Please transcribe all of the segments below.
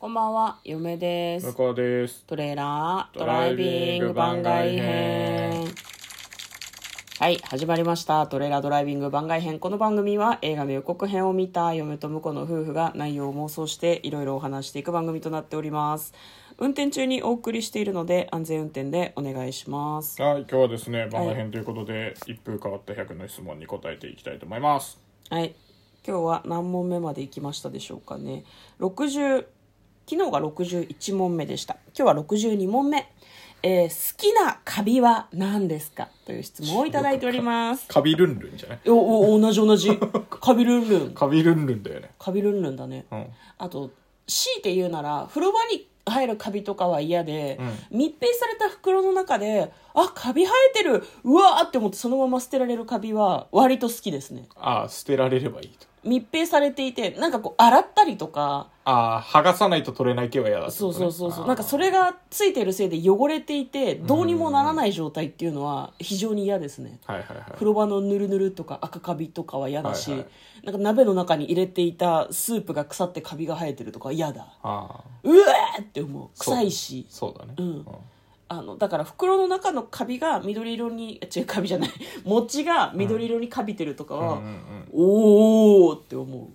こんばんは、嫁です。 向こうです。 トレーラードライビング番外編。はい、始まりました。トレーラードライビング番外編。この番組は映画の予告編を見た嫁と婿の夫婦が内容を妄想していろいろお話していく番組となっております。運転中にお送りしているので安全運転でお願いします。 はい、今日はですね、番外編ということで、一風変わった100の質問に答えていきたいと思います。 はい、今日は何問目まで行きましたでしょうかね。昨日が61問目でした。今日は62問目。好きなカビは何ですかという質問をいただいております。 カビルンルンじゃない？ 同じ。カビルンルン。 カビルンルンだよね。 カビルンルンだね。 うん、 あと、強いて言うなら、風呂場に入るカビとかは嫌で、密閉された袋の中で、カビ生えてる、うわーって思ってそのまま捨てられるカビは割と好きですね。 捨てられればいいと。 密閉されていて、なんかこう洗ったりとか、 剥がさないと取れない系は嫌だってことね。 そう。なんかそれがついてるせいで汚れていて、どうにもならない状態っていうのは非常に嫌ですね。風呂場のヌルヌルとか赤カビとかは嫌だし、なんか鍋の中に入れていたスープが腐ってカビが生えてるとか嫌だ。うわーって思う。臭いし。 そうだね。 だから袋の中のカビが緑色にカビじゃない餅が緑色にカビてるとかは、おーって思う。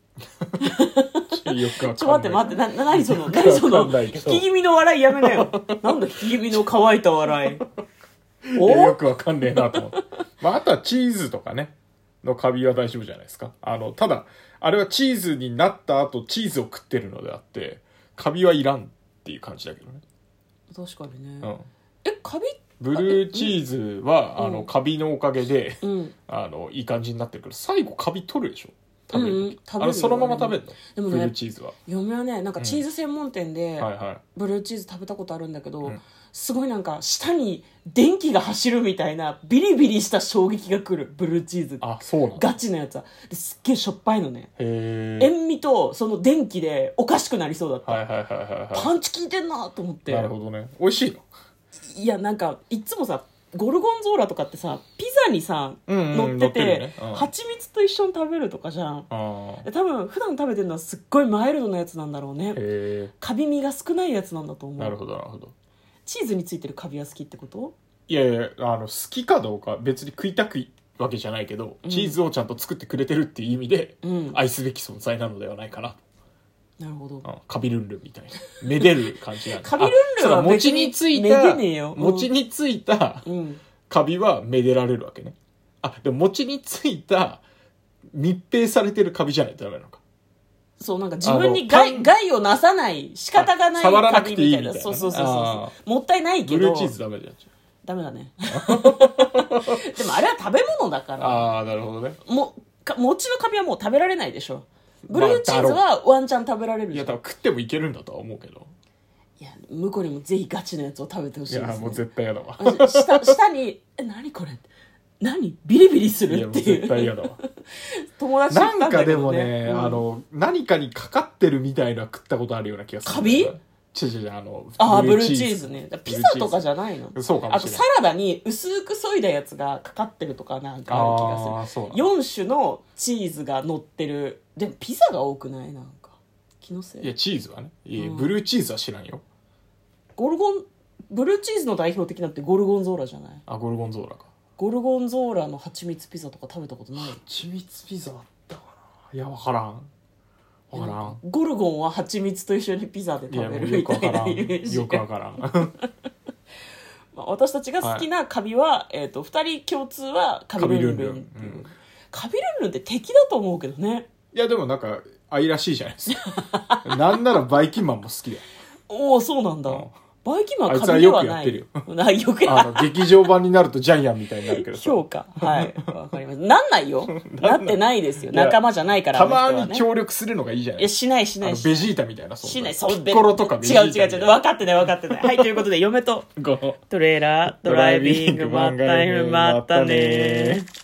ちょっと待って何その引き気味の笑いやめなよ。なんだ引き気味の乾いた笑い。 よくわかんねえなと思って。あとはチーズとかねのカビは大丈夫じゃないですか。ただあれはチーズになった後チーズを食ってるのであってカビはいらんっていう感じだけどね。 確かにね。カビブルーチーズはカビのおかげで、いい感じになってるけど最後カビ取るでしょ。食べる時、そのまま食べるの。でもね、ブルーチーズは嫁はね、なんかチーズ専門店でブルーチーズ食べたことあるんだけど、すごいなんか舌に電気が走るみたいなビリビリした衝撃が来る。ブルーチーズそうなの。 ガチなやつはですっげえしょっぱいのね。 塩味とその電気でおかしくなりそうだった。パンチ効いてんなと思って。 なるほどね。美味しいの？ いや、なんかいつもさゴルゴンゾーラとかってさピザにさ、乗ってて、蜂蜜と一緒に食べるとかじゃん。多分普段食べてるのはすっごいマイルドなやつなんだろうね。カビ味が少ないやつなんだと思う。 なるほど。 チーズについてるカビは好きってこと？ いや好きかどうか別に食いたくわけじゃないけど、チーズをちゃんと作ってくれてるっていう意味で、愛すべき存在なのではないかな。 なるほど。 カビルンルンみたいなめでる感じなんだ。 カビルンルンは別にめでねえよ。 餅についたカビはめでられるわけね。でも餅についた密閉されてるカビじゃないとダメなのか。 そう、なんか自分に害をなさない仕方がない触らなくていいみたいな。 そうもったいないけど。 ブルーチーズダメじゃん。 ダメだね。でもあれは食べ物だから。 なるほどね。 餅のカビはもう食べられないでしょ。ブルーチーズはワンチャン食べられる。 いや、多分食ってもいけるんだとは思うけど。 いや、向こうにもぜひガチなやつを食べてほしいですね。 いや、もう絶対嫌だわ。 下に何これ、何ビリビリするっていう。 絶対嫌だわ。 友達言ったんだけどね。 なんかでもね、何かにかかってるみたいな食ったことあるような気がする。 カビ？ ブルーチーズね。ピザとかじゃないの？ そうかもしれない。 あとサラダに薄く削いだやつがかかってるとかなんかある気がする。4種のチーズが乗ってる。でもピザが多くない？なんか気のせい。 いや、チーズはね。ブルーチーズは知らんよ。 ブルーチーズの代表的なってゴルゴンゾーラじゃない？ ゴルゴンゾーラか。 ゴルゴンゾーラの蜂蜜ピザとか食べたことない？ 蜂蜜ピザあったかな。いや、わからん。 ゴルゴンは蜂蜜と一緒にピザで食べるみたいなイメージ。 よくわからん。 私たちが好きなカビは、2人共通はカビルンルン。カビルンルンって敵だと思うけどね。 いや、でもなんか愛らしいじゃないですか。なんならバイキンマンも好きだよ。 そうなんだ。バイキンマンはカビではない。あいつはよくやってるよ。よく劇場版になるとジャイアンみたいになるけどさ。 評価。はい。わかります。なんないよ。なってないですよ。仲間じゃないから。 たまに協力するのがいいじゃないですか。 しない。 ベジータみたいな。 しない。 ピッコロとかベジータ。 違う。分かってない。はい、ということで、嫁とトレーラードライビングまったね。